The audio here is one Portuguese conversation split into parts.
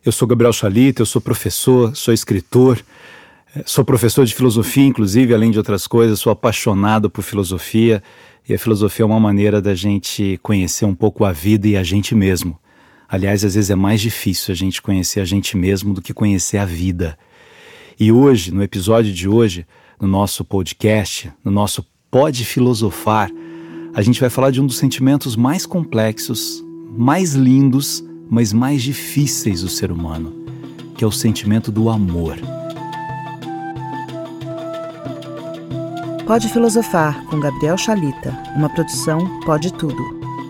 Eu sou Gabriel Chalita, eu sou professor, sou escritor, sou professor de filosofia, inclusive, além de outras coisas, sou apaixonado por filosofia, e a filosofia é uma maneira da gente conhecer um pouco a vida e a gente mesmo. Aliás, às vezes é mais difícil a gente conhecer a gente mesmo do que conhecer a vida. E hoje, no episódio de hoje, no nosso podcast, no nosso Pode Filosofar, a gente vai falar de um dos sentimentos mais complexos, mais lindos, mas mais difíceis do ser humano, que é o sentimento do amor. Pode Filosofar, com Gabriel Chalita, uma produção Pode Tudo.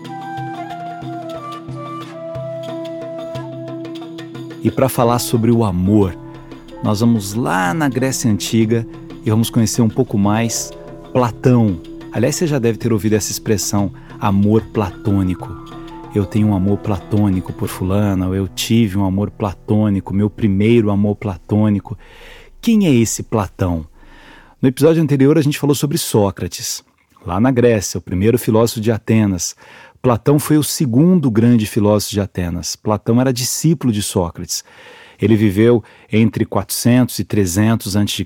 E para falar sobre o amor, nós vamos lá na Grécia Antiga e vamos conhecer um pouco mais Platão. Aliás, você já deve ter ouvido essa expressão, amor platônico. Eu tenho um amor platônico por fulana, ou eu tive um amor platônico, meu primeiro amor platônico. Quem é esse Platão? No episódio anterior a gente falou sobre Sócrates, lá na Grécia, o primeiro filósofo de Atenas. Platão foi o segundo grande filósofo de Atenas. Platão era discípulo de Sócrates. Ele viveu entre 400 e 300 a.C.,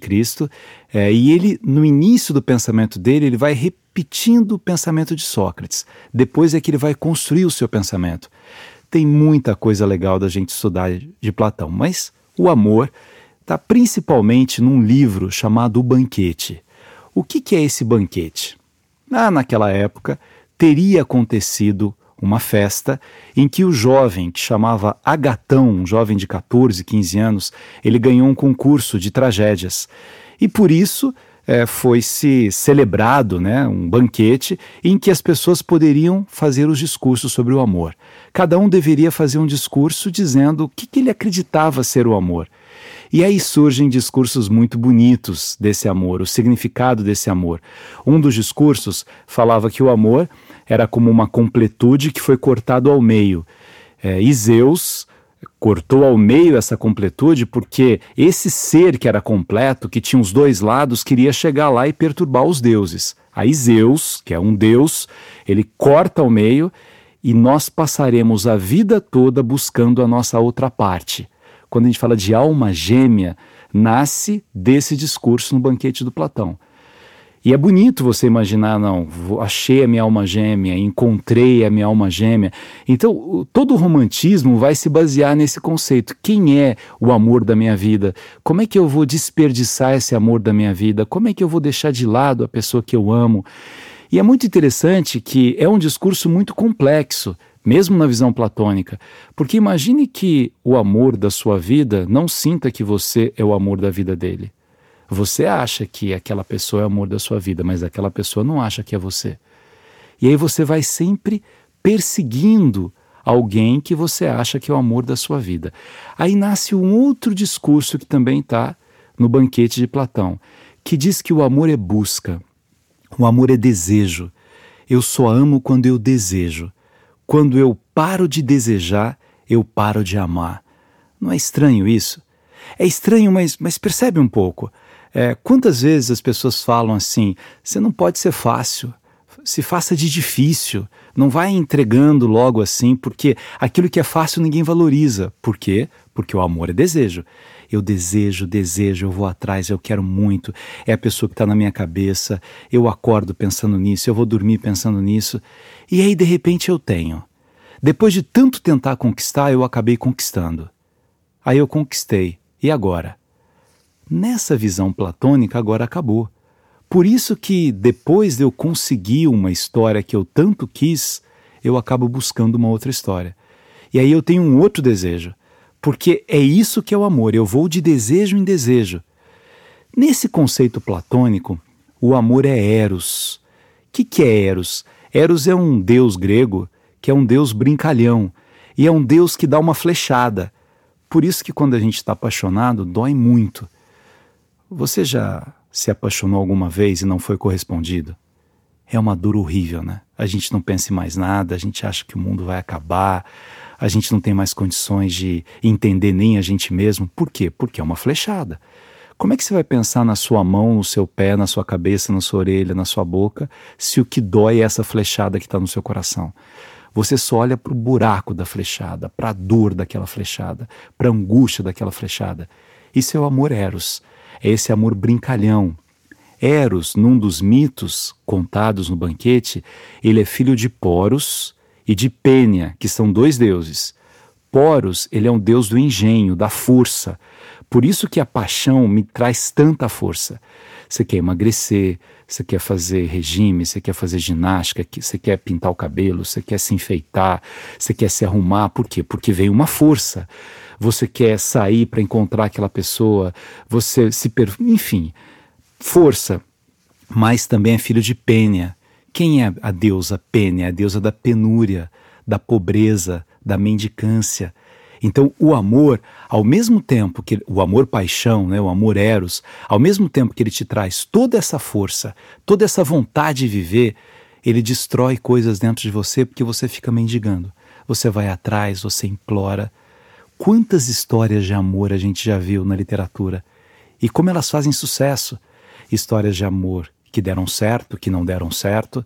e ele, no início do pensamento dele, ele vai repetindo o pensamento de Sócrates. Depois é que ele vai construir o seu pensamento. Tem muita coisa legal da gente estudar de Platão, mas o amor está principalmente num livro chamado O Banquete. O que é esse banquete? Naquela época, teria acontecido uma festa em que o jovem, que chamava Agatão, um jovem de 14, 15 anos, ele ganhou um concurso de tragédias. E por isso foi-se celebrado, um banquete em que as pessoas poderiam fazer os discursos sobre o amor. Cada um deveria fazer um discurso dizendo o que ele acreditava ser o amor. E aí surgem discursos muito bonitos desse amor, o significado desse amor. Um dos discursos falava que o amor era como uma completude que foi cortado ao meio. E Zeus cortou ao meio essa completude porque esse ser que era completo, que tinha os dois lados, queria chegar lá e perturbar os deuses. Aí Zeus, que é um deus, ele corta ao meio e nós passaremos a vida toda buscando a nossa outra parte. Quando a gente fala de alma gêmea, nasce desse discurso no banquete do Platão. E é bonito você imaginar, achei a minha alma gêmea, encontrei a minha alma gêmea. Então, todo o romantismo vai se basear nesse conceito. Quem é o amor da minha vida? Como é que eu vou desperdiçar esse amor da minha vida? Como é que eu vou deixar de lado a pessoa que eu amo? E é muito interessante que é um discurso muito complexo, mesmo na visão platônica, porque imagine que o amor da sua vida não sinta que você é o amor da vida dele. Você acha que aquela pessoa é o amor da sua vida, mas aquela pessoa não acha que é você. E aí você vai sempre perseguindo alguém que você acha que é o amor da sua vida. Aí nasce um outro discurso que também está no banquete de Platão, que diz que o amor é busca, o amor é desejo. Eu só amo quando eu desejo. Quando eu paro de desejar, eu paro de amar. Não é estranho isso? É estranho, mas percebe um pouco. Quantas vezes as pessoas falam assim, você não pode ser fácil, se faça de difícil, não vai entregando logo assim, porque aquilo que é fácil ninguém valoriza. Por quê? Porque o amor é desejo. Eu desejo, eu vou atrás, eu quero muito, é a pessoa que está na minha cabeça, eu acordo pensando nisso, eu vou dormir pensando nisso, e aí de repente eu tenho. Depois de tanto tentar conquistar, eu acabei conquistando. Aí eu conquistei, e agora? Nessa visão platônica, agora acabou. Por isso que depois de eu conseguir uma história que eu tanto quis, eu acabo buscando uma outra história. E aí eu tenho um outro desejo. Porque é isso que é o amor, eu vou de desejo em desejo. Nesse conceito platônico, o amor é Eros. O que é Eros? Eros é um deus grego, que é um deus brincalhão, e é um deus que dá uma flechada. Por isso que quando a gente está apaixonado, dói muito. Você já se apaixonou alguma vez e não foi correspondido? É uma dor horrível, né? A gente não pensa em mais nada, a gente acha que o mundo vai acabar, a gente não tem mais condições de entender nem a gente mesmo. Por quê? Porque é uma flechada. Como é que você vai pensar na sua mão, no seu pé, na sua cabeça, na sua orelha, na sua boca, se o que dói é essa flechada que está no seu coração? Você só olha para o buraco da flechada, para a dor daquela flechada, para a angústia daquela flechada. Isso é o amor eros, é esse amor brincalhão. Eros, num dos mitos contados no banquete, ele é filho de Poros e de Pênia, que são dois deuses. Poros, ele é um deus do engenho, da força. Por isso que a paixão me traz tanta força. Você quer emagrecer, você quer fazer regime, você quer fazer ginástica, você quer pintar o cabelo, você quer se enfeitar, você quer se arrumar. Por quê? Porque vem uma força. Você quer sair para encontrar aquela pessoa, enfim, força. Mas também é filho de Pênia. Quem é a deusa Pênia? A deusa da penúria, da pobreza, da mendicância. Então o amor, ao mesmo tempo que o amor-paixão, né, o amor eros, ao mesmo tempo que ele te traz toda essa força, toda essa vontade de viver, ele destrói coisas dentro de você porque você fica mendigando. Você vai atrás, você implora. Quantas histórias de amor a gente já viu na literatura? E como elas fazem sucesso? Histórias de amor que deram certo, que não deram certo.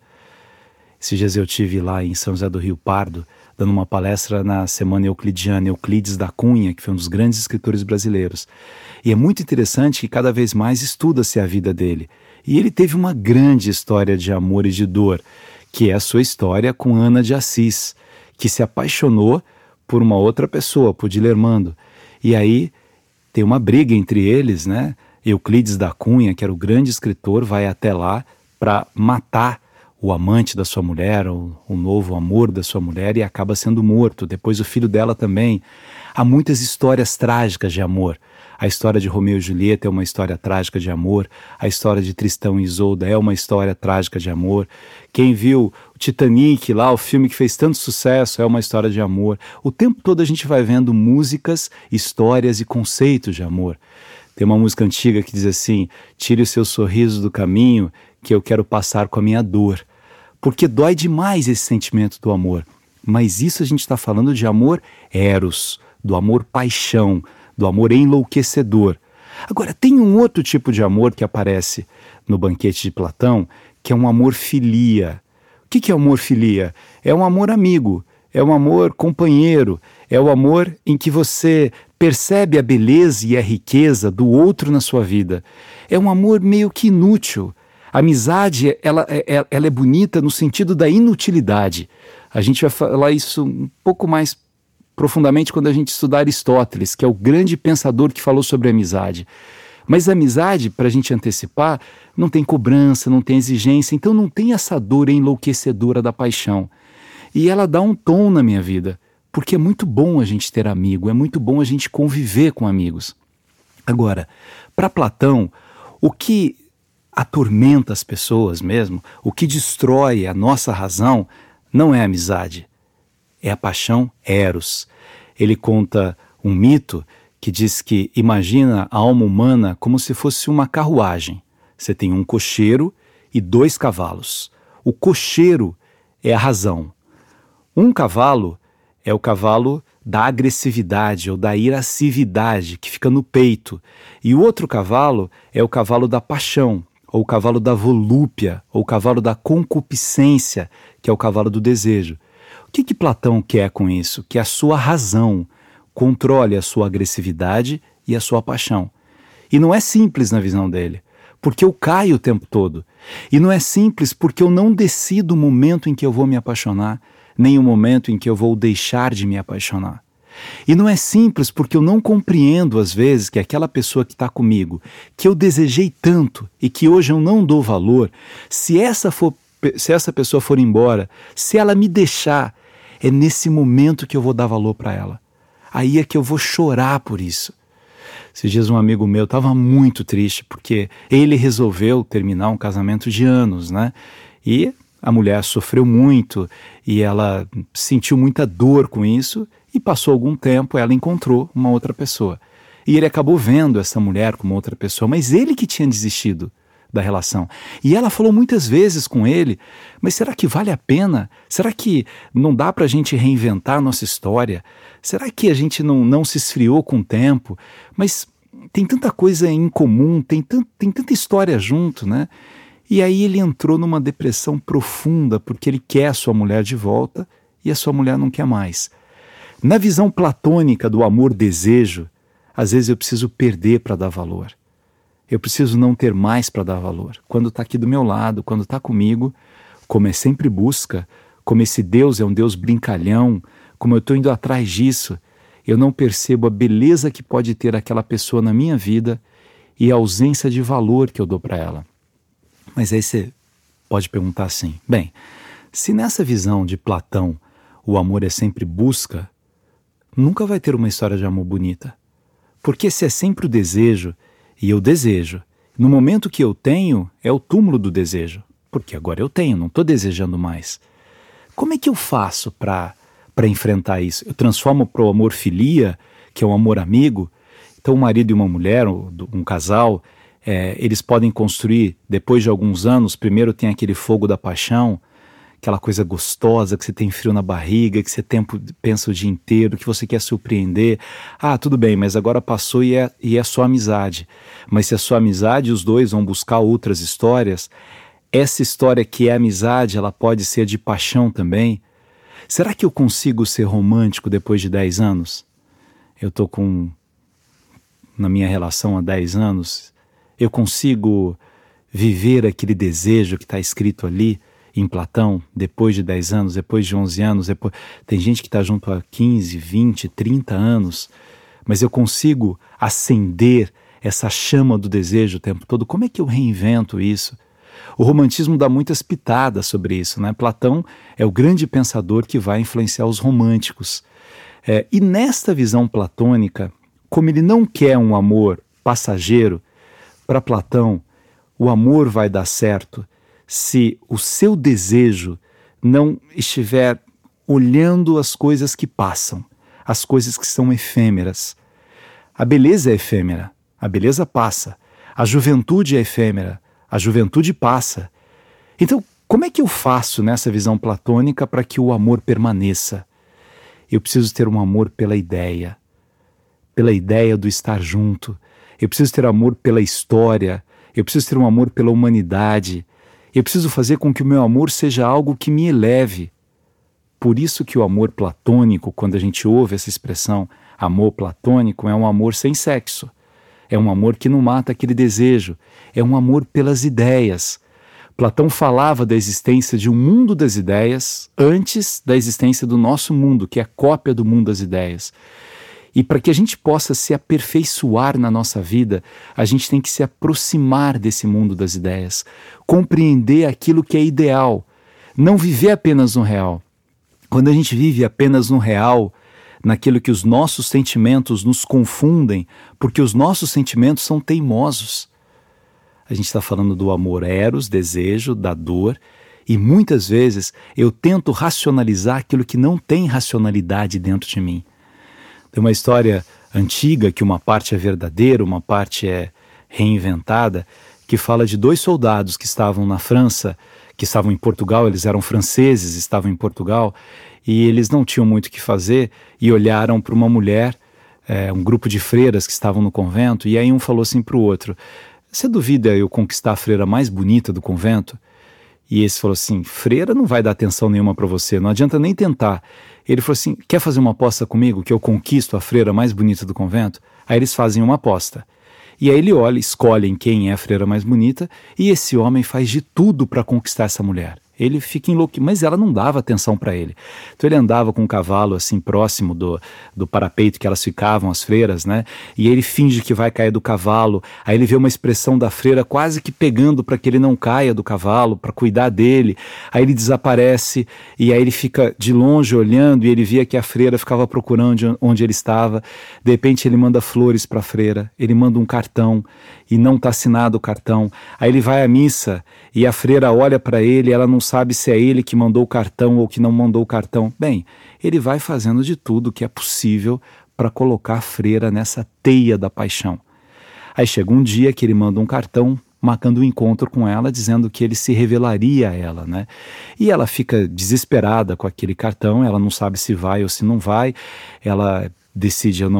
Esses dias eu tive lá em São José do Rio Pardo, dando uma palestra na Semana Euclidiana, Euclides da Cunha, que foi um dos grandes escritores brasileiros. E é muito interessante que cada vez mais estuda-se a vida dele. E ele teve uma grande história de amor e de dor, que é a sua história com Ana de Assis, que se apaixonou por uma outra pessoa, por Dilermando. E aí tem uma briga entre eles, né? Euclides da Cunha, que era o grande escritor, vai até lá para matar o amante da sua mulher, o novo amor da sua mulher, e acaba sendo morto. Depois o filho dela também. Há muitas histórias trágicas de amor. A história de Romeu e Julieta é uma história trágica de amor. A história de Tristão e Isolda é uma história trágica de amor. Quem viu o Titanic lá, o filme que fez tanto sucesso, é uma história de amor. O tempo todo a gente vai vendo músicas, histórias e conceitos de amor. Tem uma música antiga que diz assim: tire o seu sorriso do caminho que eu quero passar com a minha dor. Porque dói demais esse sentimento do amor. Mas isso a gente está falando de amor eros, do amor paixão, do amor enlouquecedor. Agora, tem um outro tipo de amor que aparece no banquete de Platão, que é um amor filia. O que é amor filia? É um amor amigo, é um amor companheiro, é o amor em que você percebe a beleza e a riqueza do outro na sua vida. É um amor meio que inútil. A amizade, ela é bonita no sentido da inutilidade. A gente vai falar isso um pouco mais profundamente quando a gente estudar Aristóteles, que é o grande pensador que falou sobre a amizade. Mas a amizade, para a gente antecipar, não tem cobrança, não tem exigência, então não tem essa dor enlouquecedora da paixão. E ela dá um tom na minha vida, porque é muito bom a gente ter amigo, é muito bom a gente conviver com amigos. Agora, para Platão, o que atormenta as pessoas mesmo, o que destrói a nossa razão, não é a amizade, é a paixão eros. Ele conta um mito que diz que imagina a alma humana como se fosse uma carruagem. Você tem um cocheiro e 2 cavalos. O cocheiro é a razão. Um cavalo é o cavalo da agressividade ou da irascividade que fica no peito. E o outro cavalo é o cavalo da paixão, ou o cavalo da volúpia, ou o cavalo da concupiscência, que é o cavalo do desejo. O que Platão quer com isso? Que a sua razão controle a sua agressividade e a sua paixão. E não é simples na visão dele, porque eu caio o tempo todo. E não é simples porque eu não decido o momento em que eu vou me apaixonar, nem o momento em que eu vou deixar de me apaixonar. E não é simples porque eu não compreendo, às vezes, que aquela pessoa que está comigo, que eu desejei tanto e que hoje eu não dou valor, se essa pessoa for embora, se ela me deixar, é nesse momento que eu vou dar valor para ela. Aí é que eu vou chorar por isso. Esses dias um amigo meu estava muito triste porque ele resolveu terminar um casamento de anos, né? E a mulher sofreu muito e ela sentiu muita dor com isso e passou algum tempo, ela encontrou uma outra pessoa. E ele acabou vendo essa mulher com uma outra pessoa, mas ele que tinha desistido da relação. E ela falou muitas vezes com ele, mas será que vale a pena? Será que não dá para a gente reinventar a nossa história? Será que a gente não se esfriou com o tempo? Mas tem tanta coisa em comum, tem tanta história junto, né? E aí ele entrou numa depressão profunda porque ele quer a sua mulher de volta e a sua mulher não quer mais. Na visão platônica do amor-desejo, às vezes eu preciso perder para dar valor. Eu preciso não ter mais para dar valor. Quando está aqui do meu lado, quando está comigo, como é sempre busca, como esse Deus é um Deus brincalhão, como eu estou indo atrás disso, eu não percebo a beleza que pode ter aquela pessoa na minha vida e a ausência de valor que eu dou para ela. Mas aí você pode perguntar assim, bem, se nessa visão de Platão o amor é sempre busca, nunca vai ter uma história de amor bonita. Porque se é sempre o desejo, e eu desejo, no momento que eu tenho, é o túmulo do desejo. Porque agora eu tenho, não estou desejando mais. Como é que eu faço para enfrentar isso? Eu transformo para o amor filia, que é um amor amigo. Então um marido e uma mulher, um casal, eles podem construir, depois de alguns anos, primeiro tem aquele fogo da paixão, aquela coisa gostosa, que você tem frio na barriga, que você pensa o dia inteiro, que você quer surpreender. Ah, tudo bem, mas agora passou e é só amizade. Mas se é só amizade, os dois vão buscar outras histórias. Essa história que é amizade, ela pode ser de paixão também. Será que eu consigo ser romântico depois de 10 anos? Eu estou na minha relação há 10 anos, eu consigo viver aquele desejo que está escrito ali em Platão, depois de 10 anos, depois de 11 anos, tem gente que está junto há 15, 20, 30 anos, mas eu consigo acender essa chama do desejo o tempo todo. Como é que eu reinvento isso? O romantismo dá muitas pitadas sobre isso, né? Platão é o grande pensador que vai influenciar os românticos. E nesta visão platônica, como ele não quer um amor passageiro, para Platão, o amor vai dar certo se o seu desejo não estiver olhando as coisas que passam, as coisas que são efêmeras. A beleza é efêmera, a beleza passa. A juventude é efêmera, a juventude passa. Então, como é que eu faço nessa visão platônica para que o amor permaneça? Eu preciso ter um amor pela ideia do estar junto. Eu preciso ter amor pela história. Eu preciso ter um amor pela humanidade. Eu preciso fazer com que o meu amor seja algo que me eleve. Por isso que o amor platônico, quando a gente ouve essa expressão, amor platônico, é um amor sem sexo. É um amor que não mata aquele desejo. É um amor pelas ideias. Platão falava da existência de um mundo das ideias antes da existência do nosso mundo, que é a cópia do mundo das ideias. E para que a gente possa se aperfeiçoar na nossa vida, a gente tem que se aproximar desse mundo das ideias, compreender aquilo que é ideal, não viver apenas no real. Quando a gente vive apenas no real, naquilo que os nossos sentimentos nos confundem, porque os nossos sentimentos são teimosos. A gente está falando do amor eros, desejo, da dor, e muitas vezes eu tento racionalizar aquilo que não tem racionalidade dentro de mim. Tem uma história antiga que uma parte é verdadeira, uma parte é reinventada, que fala de 2 soldados que estavam na França, que estavam em Portugal, eles eram franceses, estavam em Portugal, e eles não tinham muito o que fazer e olharam para uma mulher, um grupo de freiras que estavam no convento, e aí um falou assim para o outro, você duvida eu conquistar a freira mais bonita do convento? E esse falou assim, freira não vai dar atenção nenhuma para você, não adianta nem tentar. Ele falou assim, quer fazer uma aposta comigo que eu conquisto a freira mais bonita do convento? Aí eles fazem uma aposta. E aí ele olha, escolhem quem é a freira mais bonita e esse homem faz de tudo para conquistar essa mulher. Ele fica enlouquecido, mas ela não dava atenção para ele. Então ele andava com o cavalo assim próximo do parapeito que elas ficavam, as freiras, né? E ele finge que vai cair do cavalo. Aí ele vê uma expressão da freira quase que pegando para que ele não caia do cavalo, para cuidar dele. Aí ele desaparece e aí ele fica de longe olhando e ele via que a freira ficava procurando onde ele estava. De repente ele manda flores para a freira, ele manda um cartão e não está assinado o cartão. Aí ele vai à missa e a freira olha para ele e ela não sabe se é ele que mandou o cartão ou que não mandou o cartão. Bem, ele vai fazendo de tudo que é possível para colocar a freira nessa teia da paixão. Aí chega um dia que ele manda um cartão marcando um encontro com ela, dizendo que ele se revelaria a ela, né? E ela fica desesperada com aquele cartão, ela não sabe se vai ou se não vai, ela decide, eu não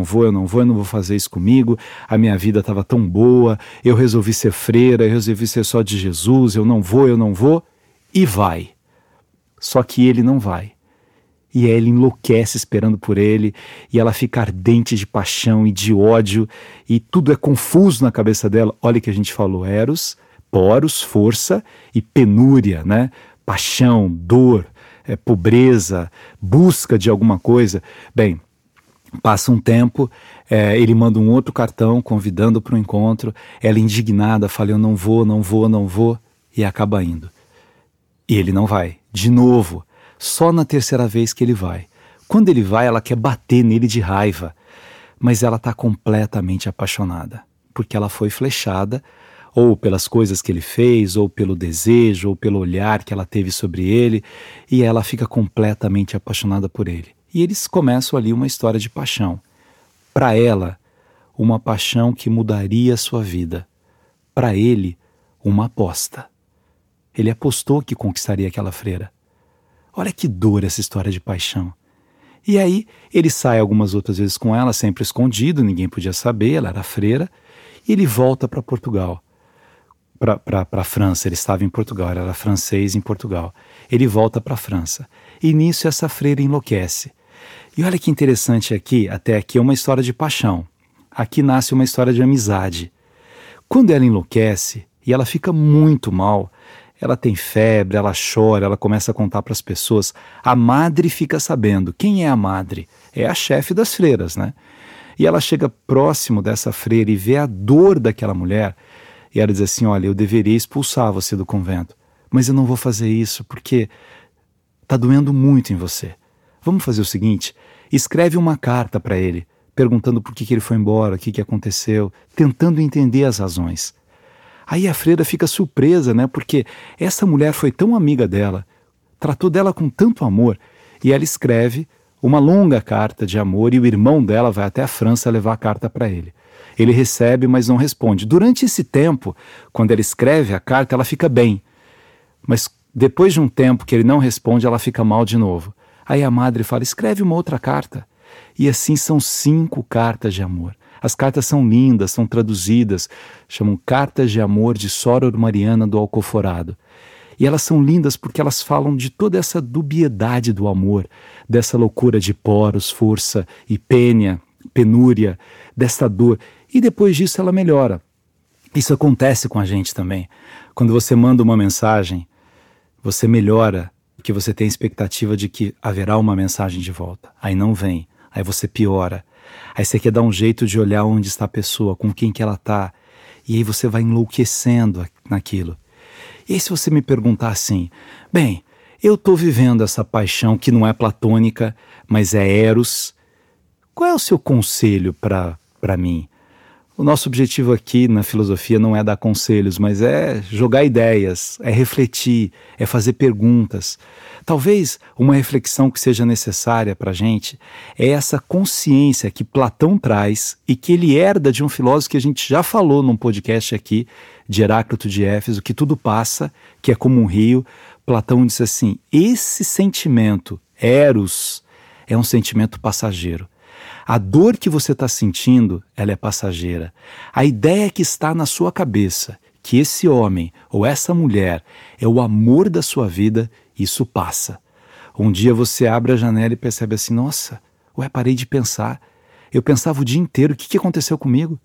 vou fazer isso comigo, a minha vida estava tão boa, eu resolvi ser freira, eu resolvi ser só de Jesus, eu não vou, e vai. Só que ele não vai. e ela enlouquece esperando por ele, e ela fica ardente de paixão e de ódio, e tudo é confuso na cabeça dela. Olha o que a gente falou: eros, poros, força, e penúria, né? Paixão, dor, pobreza, busca de alguma coisa. Bem, passa um tempo, ele manda um outro cartão convidando para o encontro, ela indignada fala: eu não vou, e acaba indo. E ele não vai, de novo, só na terceira vez que ele vai. Quando ele vai, ela quer bater nele de raiva, mas ela está completamente apaixonada, porque ela foi flechada, ou pelas coisas que ele fez, ou pelo desejo, ou pelo olhar que ela teve sobre ele, e ela fica completamente apaixonada por ele. E eles começam ali uma história de paixão. Para ela, uma paixão que mudaria a sua vida. Para ele, uma aposta. Ele apostou que conquistaria aquela freira. Olha que dor essa história de paixão. E aí, ele sai algumas outras vezes com ela, sempre escondido, ninguém podia saber, ela era freira, e ele volta para Portugal. Para a França, ele estava em Portugal, ele era francês em Portugal. Ele volta para a França. E nisso essa freira enlouquece. E olha que interessante aqui, até aqui é uma história de paixão. Aqui nasce uma história de amizade. Quando ela enlouquece, e ela fica muito mal, ela tem febre, ela chora, ela começa a contar para as pessoas. A madre fica sabendo. Quem é a madre? É a chefe das freiras, né? E ela chega próximo dessa freira e vê a dor daquela mulher. E ela diz assim: olha, eu deveria expulsar você do convento, mas eu não vou fazer isso porque está doendo muito em você. Vamos fazer o seguinte, escreve uma carta para ele, perguntando por que ele foi embora, o que aconteceu, tentando entender as razões. Aí a freira fica surpresa, né? Porque essa mulher foi tão amiga dela, tratou dela com tanto amor, e ela escreve uma longa carta de amor, e o irmão dela vai até a França levar a carta para ele. Ele recebe, mas não responde. Durante esse tempo, quando ela escreve a carta, ela fica bem. Mas depois de um tempo que ele não responde, ela fica mal de novo. Aí a madre fala: escreve uma outra carta. E assim são 5 cartas de amor. As cartas são lindas, são traduzidas, chamam Cartas de Amor de Soror Mariana do Alcoforado. E elas são lindas porque elas falam de toda essa dubiedade do amor, dessa loucura de poros, força e penúria, dessa dor. E depois disso ela melhora. Isso acontece com a gente também. Quando você manda uma mensagem, você melhora, porque você tem a expectativa de que haverá uma mensagem de volta. Aí não vem, aí você piora. Aí você quer dar um jeito de olhar onde está a pessoa, com quem que ela está. E aí você vai enlouquecendo naquilo. E aí se você me perguntar assim: bem, eu estou vivendo essa paixão que não é platônica, mas é eros. Qual é o seu conselho para mim? O nosso objetivo aqui na filosofia não é dar conselhos, mas é jogar ideias, é refletir, é fazer perguntas. Talvez uma reflexão que seja necessária para a gente é essa consciência que Platão traz e que ele herda de um filósofo que a gente já falou num podcast aqui, de Heráclito de Éfeso, que tudo passa, que é como um rio. Platão disse assim: esse sentimento, eros, é um sentimento passageiro. A dor que você está sentindo, ela é passageira. A ideia que está na sua cabeça, que esse homem ou essa mulher é o amor da sua vida, isso passa. Um dia você abre a janela e percebe assim: nossa, parei de pensar. Eu pensava o dia inteiro, o que aconteceu comigo?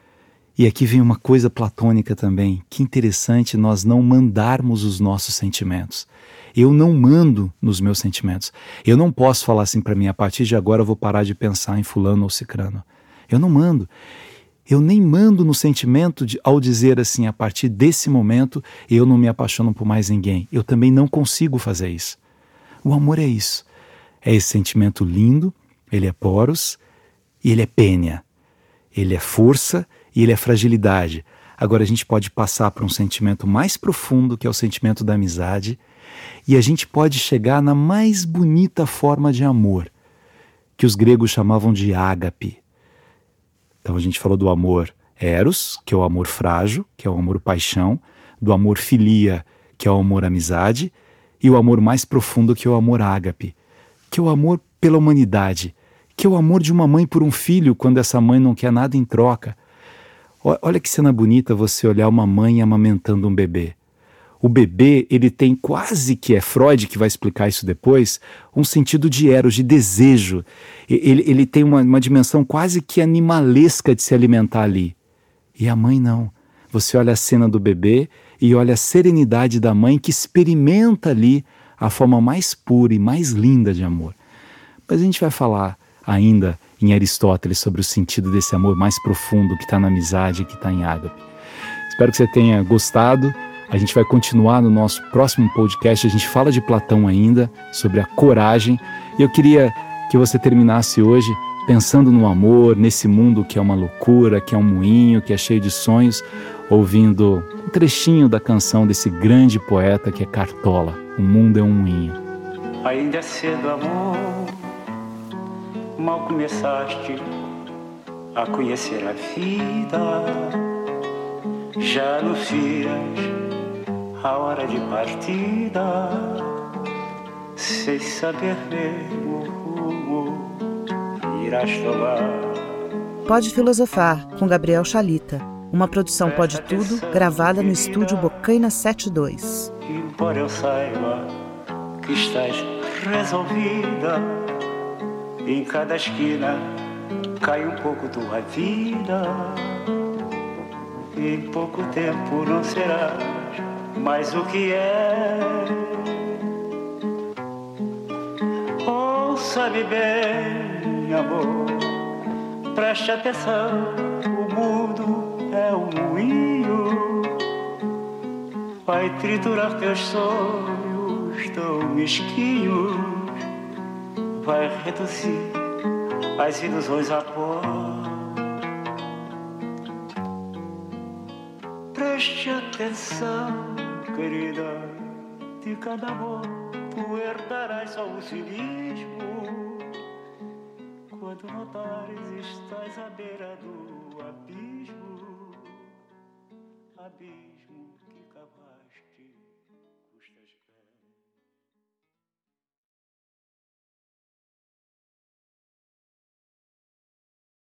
E aqui vem uma coisa platônica também. Que interessante nós não mandarmos os nossos sentimentos. Eu não mando nos meus sentimentos. Eu não posso falar assim para mim: a partir de agora eu vou parar de pensar em fulano ou cicrano. Eu não mando. Eu nem mando no sentimento ao dizer assim: a partir desse momento eu não me apaixono por mais ninguém. Eu também não consigo fazer isso. O amor é isso. É esse sentimento lindo, ele é poros e ele é pênia. Ele é força e ele é fragilidade. Agora a gente pode passar para um sentimento mais profundo, que é o sentimento da amizade, e a gente pode chegar na mais bonita forma de amor, que os gregos chamavam de ágape. Então a gente falou do amor eros, que é o amor frágil, que é o amor paixão, do amor filia, que é o amor amizade, e o amor mais profundo, que é o amor ágape, que é o amor pela humanidade, que é o amor de uma mãe por um filho, quando essa mãe não quer nada em troca. Olha que cena bonita você olhar uma mãe amamentando um bebê. O bebê, ele tem quase que, é Freud que vai explicar isso depois, um sentido de eros, de desejo. Ele tem uma dimensão quase que animalesca de se alimentar ali. E a mãe não. Você olha a cena do bebê e olha a serenidade da mãe que experimenta ali a forma mais pura e mais linda de amor. Mas a gente vai falar ainda em Aristóteles sobre o sentido desse amor mais profundo que está na amizade, que está em ágape. Espero que você tenha gostado. A gente vai continuar no nosso próximo podcast. A gente fala de Platão ainda, sobre a coragem. E eu queria que você terminasse hoje pensando no amor, nesse mundo que é uma loucura, que é um moinho, que é cheio de sonhos, ouvindo um trechinho da canção desse grande poeta que é Cartola, O Mundo é um Moinho. Ainda é cedo, amor, mal começaste a conhecer a vida, já anuncias a hora de partida, sem saber mesmo o rumo irás tomar. Pode Filosofar, com Gabriel Chalita, uma produção Pode Tudo, gravada no estúdio Bocaina 72. Embora eu saiba que estás resolvida, em cada esquina cai um pouco tua vida. Em pouco tempo não serás mais o que é. Ouça-me bem, amor, preste atenção, o mundo é um moinho, vai triturar teus sonhos tão mesquinhos, vai reduzir as ilusões a pó. Preste atenção, querida, de cada amor tu herdarás só o cinismo. Quando notares estás à beira do abismo, abismo que cavaste.